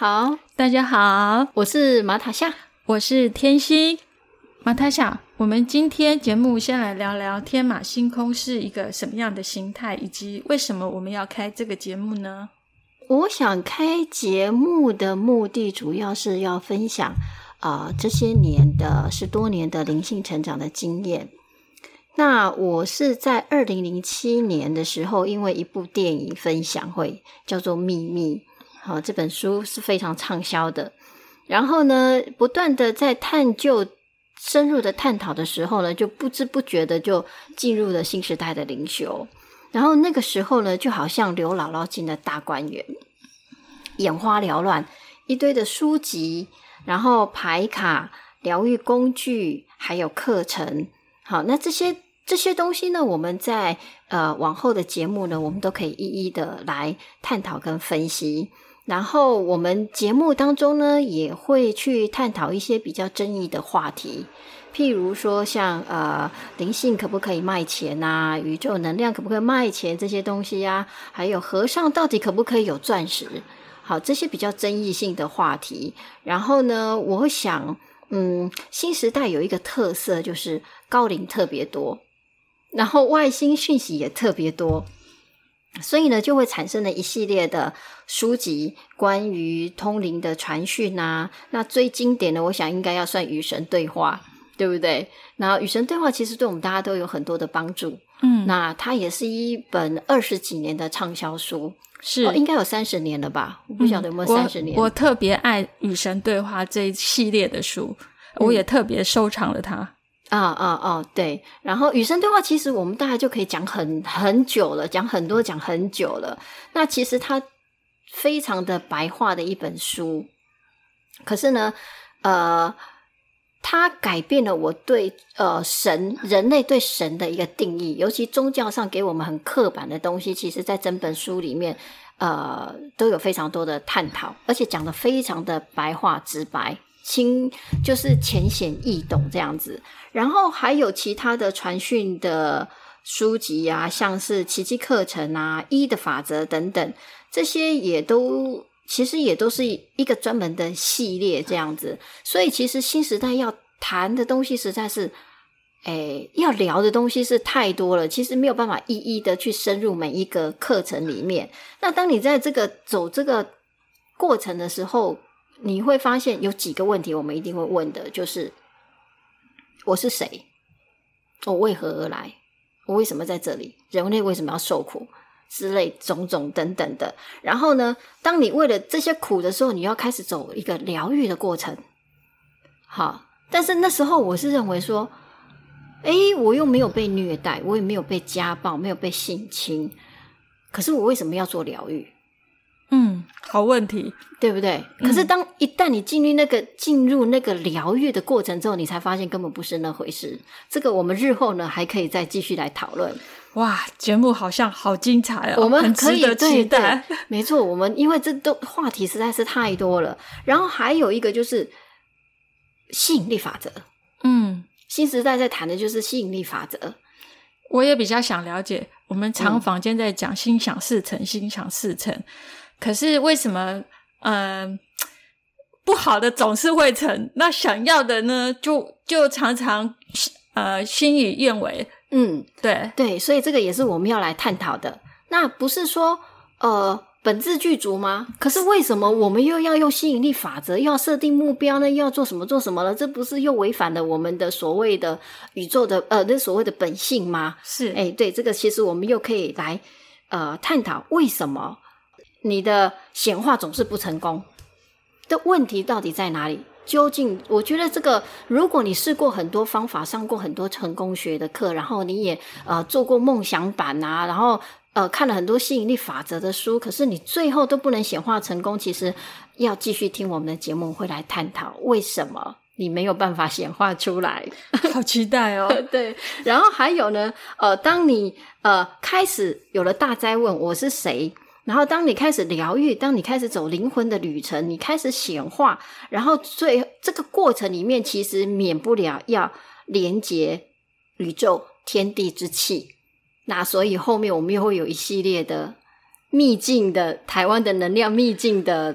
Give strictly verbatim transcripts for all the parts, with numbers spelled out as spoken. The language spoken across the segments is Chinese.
好， 大家好， 我是马塔夏， 我是天心。马塔夏，我们今天节目先来聊聊天马星空是一个什么样的形态，以及为什么我们要开这个节目呢？ 我想开节目的目的主要是要分享呃这些年的十多年的灵性成长的经验。那我是在二零零七年的时候，因为一部电影分享会叫做《秘密》，好，这本书是非常畅销的。然后呢，不断的在探究、深入的探讨的时候呢，就不知不觉的就进入了新时代的灵修。然后那个时候呢，就好像刘姥姥进了大观园，眼花缭乱，一堆的书籍，然后牌卡、疗愈工具，还有课程。好，那这些这些东西呢，我们在呃往后的节目呢，我们都可以一一的来探讨跟分析。然后我们节目当中呢，也会去探讨一些比较争议的话题，譬如说像呃灵性可不可以卖钱啊，宇宙能量可不可以卖钱这些东西啊，还有和尚到底可不可以有钻石，好，这些比较争议性的话题。然后呢，我会想嗯，新时代有一个特色，就是高龄特别多，然后外星讯息也特别多，所以呢就会产生了一系列的书籍关于通灵的传讯啊。那最经典的我想应该要算与神对话，对不对？然后与神对话其实对我们大家都有很多的帮助，嗯，那它也是一本二十几年的畅销书，是、哦、应该有三十年了吧，我不晓得有没有三十年、 嗯、我, 我特别爱与神对话这一系列的书、嗯、我也特别收藏了它啊啊啊！对，然后与神对话其实我们大概就可以讲很很久了，讲很多讲很久了。那其实它非常的白话的一本书，可是呢呃它改变了我对呃神人类对神的一个定义，尤其宗教上给我们很刻板的东西，其实在整本书里面呃都有非常多的探讨，而且讲得非常的白话直白，轻就是浅显易懂这样子。然后还有其他的传讯的书籍啊，像是奇迹课程啊、一的法则等等，这些也都其实也都是一个专门的系列这样子。所以其实新时代要谈的东西实在是诶，要聊的东西是太多了，其实没有办法一一的去深入每一个课程里面。那当你在这个走这个过程的时候，你会发现有几个问题我们一定会问的，就是我是谁？我为何而来？我为什么在这里？人类为什么要受苦？之类种种等等的。然后呢，当你为了这些苦的时候，你要开始走一个疗愈的过程。好，但是那时候我是认为说，诶，我又没有被虐待，我也没有被家暴，没有被性侵，可是我为什么要做疗愈？ 嗯，好问题， 对不对？可是当一旦你进入那个进入那个疗愈的过程之后，你才发现根本不是那回事。这个我们日后呢还可以再继续来讨论。 哇，节目好像好精彩哦， 我们可以很值得期待。 对对没错，我们因为这都话题实在是太多了。然后还有一个就是吸引力法则。嗯，新时代在谈的就是吸引力法则。 我也比较想了解，我们常坊间在讲心想事成，心想事成。可是为什么呃不好的总是会成，那想要的呢就就常常呃心与愿违。 嗯， 对对，所以这个也是我们要来探讨的。那不是说呃本自具足吗？可是为什么我们又要用吸引力法则，又要设定目标呢？又要做什么做什么了？这不是又违反了我们的所谓的宇宙的呃那所谓的本性吗？ 是， 诶对，这个其实我们又可以来呃探讨为什么你的显化总是不成功的问题到底在哪里？究竟我觉得这个，如果你试过很多方法，上过很多成功学的课，然后你也呃做过梦想版啊，然后呃看了很多吸引力法则的书，可是你最后都不能显化成功，其实要继续听我们的节目，会来探讨为什么你没有办法显化出来。 好期待哦。 对，然后还有呢呃当你呃开始有了大哉问我是谁，然后当你开始疗愈，当你开始走灵魂的旅程，你开始显化，然后最这个过程里面其实免不了要连接宇宙天地之气。那所以后面我们又会有一系列的秘境的台湾的能量秘境的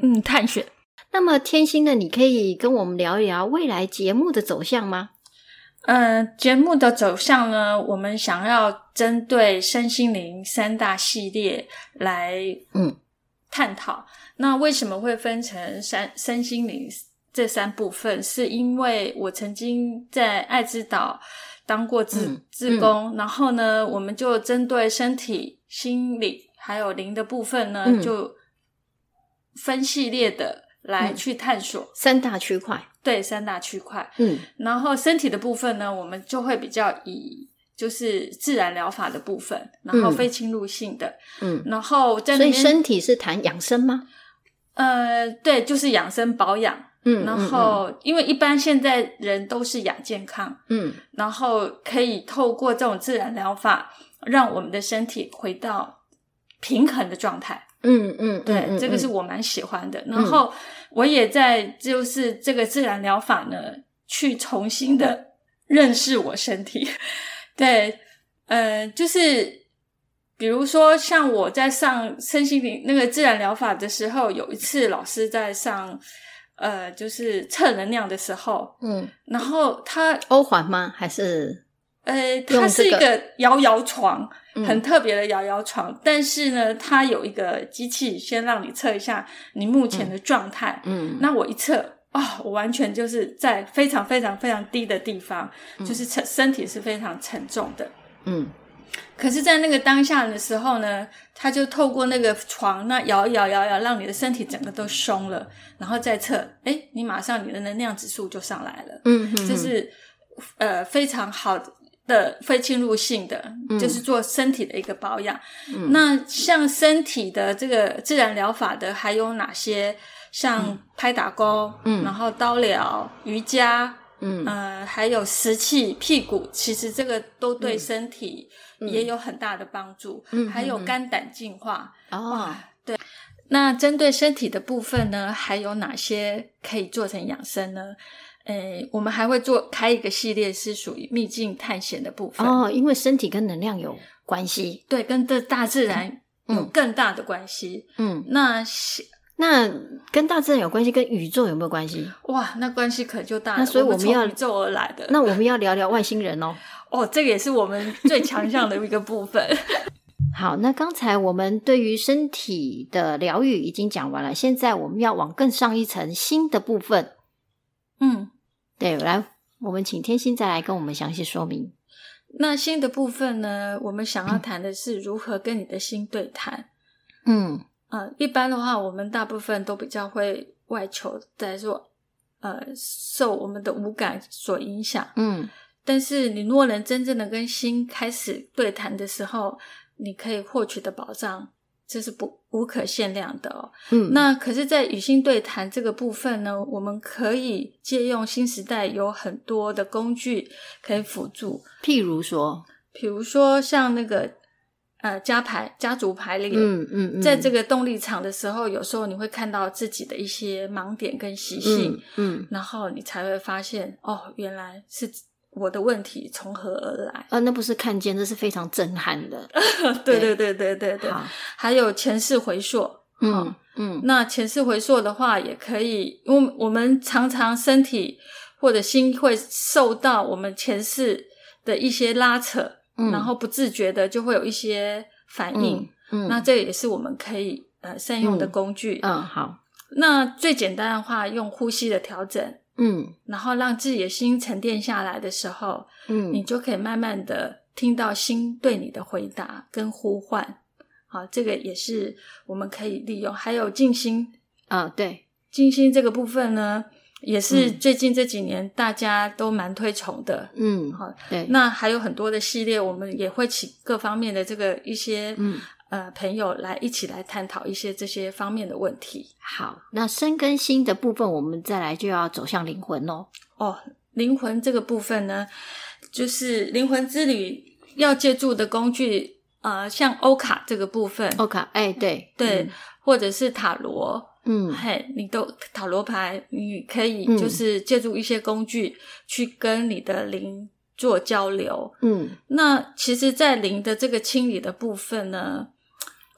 嗯探选。 那么天心呢，你可以跟我们聊一聊未来节目的走向吗？ 呃，节目的走向呢，我们想要针对身心灵三大系列来嗯探讨。那为什么会分成三身心灵这三部分？是因为我曾经在爱之岛当过志、嗯、志工、嗯，然后呢，我们就针对身体、心理还有灵的部分呢，嗯、就分系列的来去探索、嗯、 三大区块。 对，三大区块。 嗯， 然后身体的部分呢，我们就会比较以就是自然疗法的部分，然后非侵入性的。嗯，然后在那边， 所以身体是谈养生吗？ 呃，对，就是养生保养。嗯，然后、嗯、因为一般现在人都是养健康。嗯，然后可以透过这种自然疗法，让我们的身体回到平衡的状态。 嗯嗯， 对、嗯，这个是我蛮喜欢的。嗯、然后我也在就是这个自然疗法呢，去重新的认识我身体。对，呃，就是比如说像我在上身心灵那个自然疗法的时候，有一次老师在上呃，就是测能量的时候，嗯，然后他欧环吗？还是？ 呃，它是一个摇摇床、嗯、很特别的摇摇床，但是呢它有一个机器先让你测一下你目前的状态。嗯，那我一测啊、哦，我完全就是在非常非常非常低的地方、嗯、就是身体是非常沉重的。嗯，可是在那个当下的时候呢，它就透过那个床那摇一摇摇一摇，让你的身体整个都松了，然后再测，诶你马上你的能量指数就上来了。嗯哼哼，这是呃非常好的的非侵入性的、嗯、就是做身体的一个保养、嗯、那像身体的这个自然疗法的还有哪些？像拍打勾、嗯、然后刀疗、瑜伽、嗯呃，还有食气、屁股，其实这个都对身体也有很大的帮助、嗯、还有肝胆净化、嗯、哦，对。那针对身体的部分呢，还有哪些可以做成养生呢？诶，我们还会做开一个系列，是属于秘境探险的部分哦，因为身体跟能量有关系， 对，跟这大自然有更大的关系。嗯，那那跟大自然有关系，跟宇宙有没有关系？ 哇，那关系可就大了。 那所以我们要从宇宙而来的， 那我们要聊聊外星人哦。 哦，这个也是我们最强项的一个部分。 好，那刚才我们对于身体的疗愈已经讲完了，现在我们要往更上一层新的部分。嗯，对，来，我们请天心再来跟我们详细说明。 那新的部分呢，我们想要谈的是如何跟你的心对谈。 嗯呃，一般的话，我们大部分都比较会外求，在说，呃，受我们的五感所影响。嗯，但是你若能真正的跟心开始对谈的时候，你可以获取的保障，这是不无可限量的哦。嗯，那可是在与心对谈这个部分呢，我们可以借用新时代有很多的工具可以辅助， 譬如说比如说像那个呃家牌家族排列，嗯嗯嗯，在这个动力场的时候，有时候你会看到自己的一些盲点跟习性，嗯，嗯然后你才会发现哦，原来是我的问题从何而来啊？那不是看见，这是非常震撼的。 对对对对对对。还有前世回溯，嗯、哦、嗯，那前世回溯的话，也可以，因为我们常常身体或者心会受到我们前世的一些拉扯，嗯、然后不自觉的就会有一些反应，嗯，嗯那这也是我们可以呃善用的工具。 嗯，嗯好。 那最简单的话，用呼吸的调整。嗯，然后让自己的心沉淀下来的时候，嗯，你就可以慢慢的听到心对你的回答跟呼唤。好，这个也是我们可以利用。还有静心啊，对， 静心这个部分呢，也是最近这几年大家都蛮推崇的。嗯，好，对。那还有很多的系列，我们也会请各方面的这个一些嗯。呃，朋友来一起来探讨一些这些方面的问题。 好，那身跟心的部分，我们再来就要走向灵魂咯。 哦，灵魂这个部分呢，就是灵魂之旅要借助的工具，呃，像欧卡这个部分， 欧卡，哎，对对、嗯，或者是塔罗，嗯，嘿，你都塔罗牌，你可以就是借助一些工具去跟你的灵做交流。嗯，那其实在灵的这个清理的部分呢，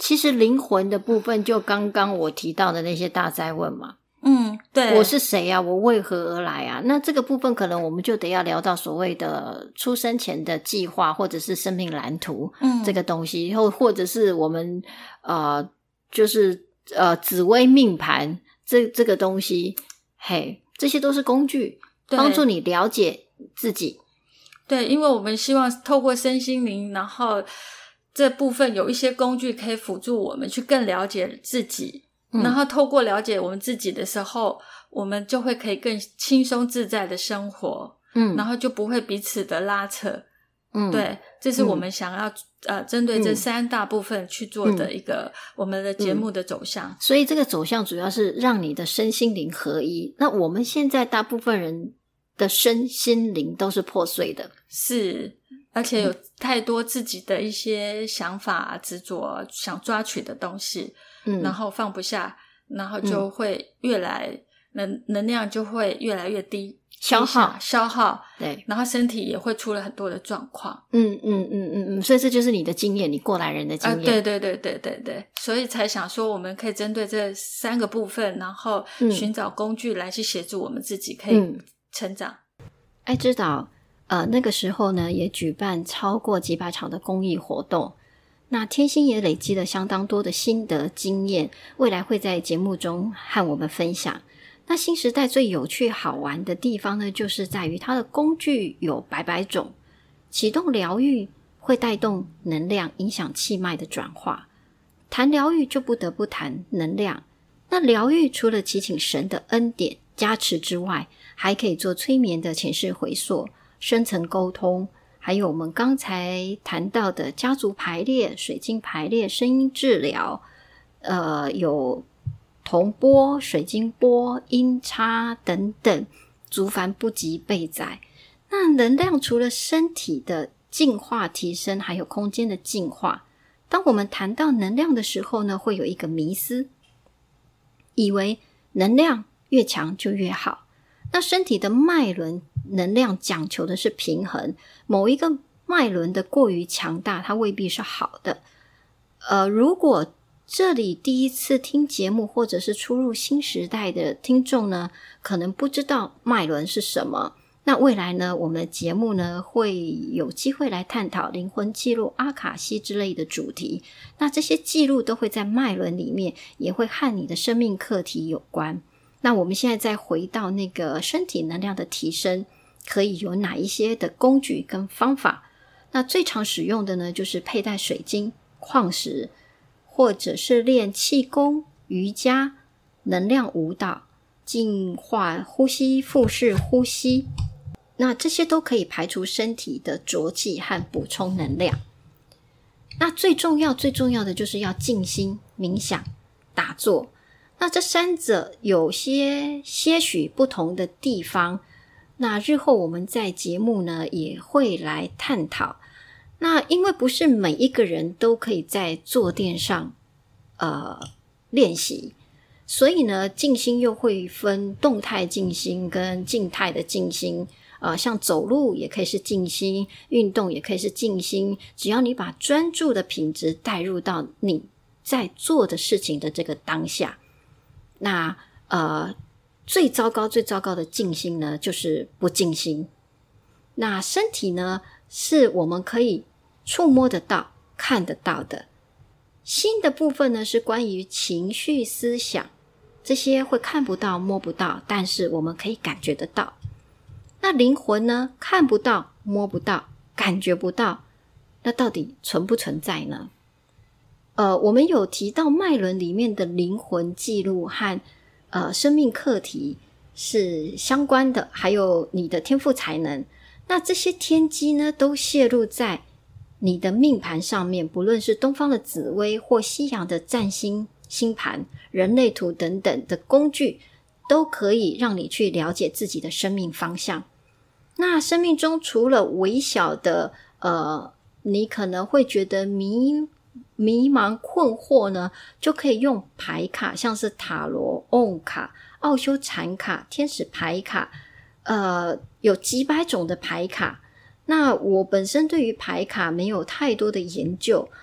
其实灵魂的部分就刚刚我提到的那些大哉问嘛。 嗯，对， 我是谁啊？我为何而来啊？那这个部分可能我们就得要聊到所谓的出生前的计划，或者是生命蓝图，嗯，这个东西，或或者是我们呃，就是呃紫微命盘这这个东西，嘿，这些都是工具，帮助你了解自己。 对，因为我们希望透过身心灵，然后这部分有一些工具可以辅助我们去更了解自己。然后透过了解我们自己的时候，我们就会可以更轻松自在的生活，嗯，然后就不会彼此的拉扯，嗯，对，这是我们想要、嗯、呃针对这三大部分去做的一个、嗯、我们的节目的走向、嗯、 所以这个走向主要是让你的身心灵合一。那我们现在大部分人的身心灵都是破碎的， 是，而且有太多自己的一些想法执着想抓取的东西，嗯，然后放不下，然后就会越来、嗯、能能量就会越来越低， 消耗消耗， 对， 然后身体也会出了很多的状况。 嗯嗯嗯嗯嗯，所以这就是你的经验，你过来人的经验。 啊、对对对对对对，所以才想说我们可以针对这三个部分，然后寻找工具来去协助我们自己可以成长。 嗯、爱之岛呃那个时候呢也举办超过几百场的公益活动。那天心也累积了相当多的心得经验，未来会在节目中和我们分享。那新时代最有趣好玩的地方呢，就是在于它的工具有百百种，启动疗愈会带动能量，影响气脉的转化。谈疗愈就不得不谈能量。那疗愈除了祈请神的恩典加持之外，还可以做催眠的前世回溯、深层沟通，还有我们刚才谈到的家族排列、水晶排列、声音治疗，呃，有铜波、水晶波、音叉等等，族繁不及备载。那能量除了身体的净化提升，还有空间的净化。当我们谈到能量的时候呢，会有一个迷思，以为能量越强就越好。那身体的脉轮能量讲求的是平衡，某一个脉轮的过于强大，它未必是好的。呃，如果这里第一次听节目或者是初入新时代的听众呢，可能不知道脉轮是什么。那未来呢，我们的节目呢会有机会来探讨灵魂记录、阿卡西之类的主题。那这些记录都会在脉轮里面，也会和你的生命课题有关。那我们现在再回到那个身体能量的提升，可以有哪一些的工具跟方法？那最常使用的呢，就是佩戴水晶、矿石，或者是练气功、瑜伽、能量舞蹈、净化呼吸、腹式呼吸。那这些都可以排除身体的浊气和补充能量。那最重要最重要的就是要静心、冥想、打坐。那这三者有些些许不同的地方，那日后我们在节目呢也会来探讨。那因为不是每一个人都可以在坐垫上呃练习，所以呢静心又会分动态静心跟静态的静心。呃，像走路也可以是静心，运动也可以是静心，只要你把专注的品质带入到你在做的事情的这个当下。那呃，最糟糕最糟糕的静心呢，就是不静心。那身体呢，是我们可以触摸得到、看得到的。心的部分呢，是关于情绪、思想，这些会看不到、摸不到，但是我们可以感觉得到。那灵魂呢，看不到、摸不到、感觉不到，那到底存不存在呢？呃，我们有提到脉轮里面的灵魂记录和呃生命课题是相关的，还有你的天赋才能。那这些天机呢，都泄露在你的命盘上面，不论是东方的紫微或西洋的占星星盘、人类图等等的工具，都可以让你去了解自己的生命方向。那生命中除了微小的呃，你可能会觉得迷迷茫困惑呢，就可以用牌卡，像是塔罗、欧卡、奥修禅卡、天使牌卡，呃，有几百种的牌卡。那我本身对于牌卡没有太多的研究，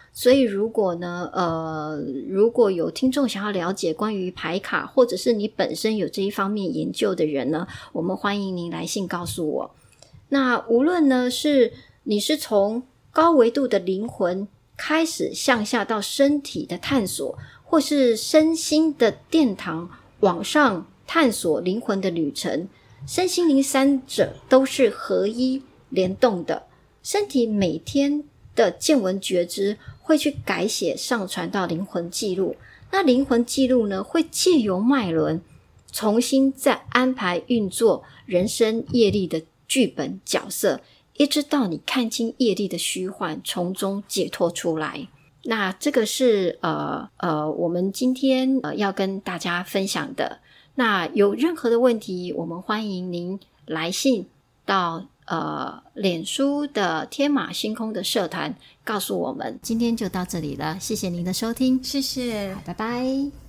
所以如果呢呃，如果有听众想要了解关于牌卡，或者是你本身有这一方面研究的人呢，我们欢迎您来信告诉我。那无论呢是你是从高维度的灵魂开始向下到身体的探索，或是身心的殿堂往上探索灵魂的旅程，身心灵三者都是合一联动的。身体每天的见闻觉知会去改写上传到灵魂记录，那灵魂记录呢会借由脉轮重新再安排运作人生业力的剧本角色，一直到你看清业力的虚幻，从中解脱出来。那这个是呃呃我们今天呃要跟大家分享的。那有任何的问题，我们欢迎您来信到呃脸书的天马星空的社团告诉我们。今天就到这里了，谢谢您的收听， 谢谢， 拜拜。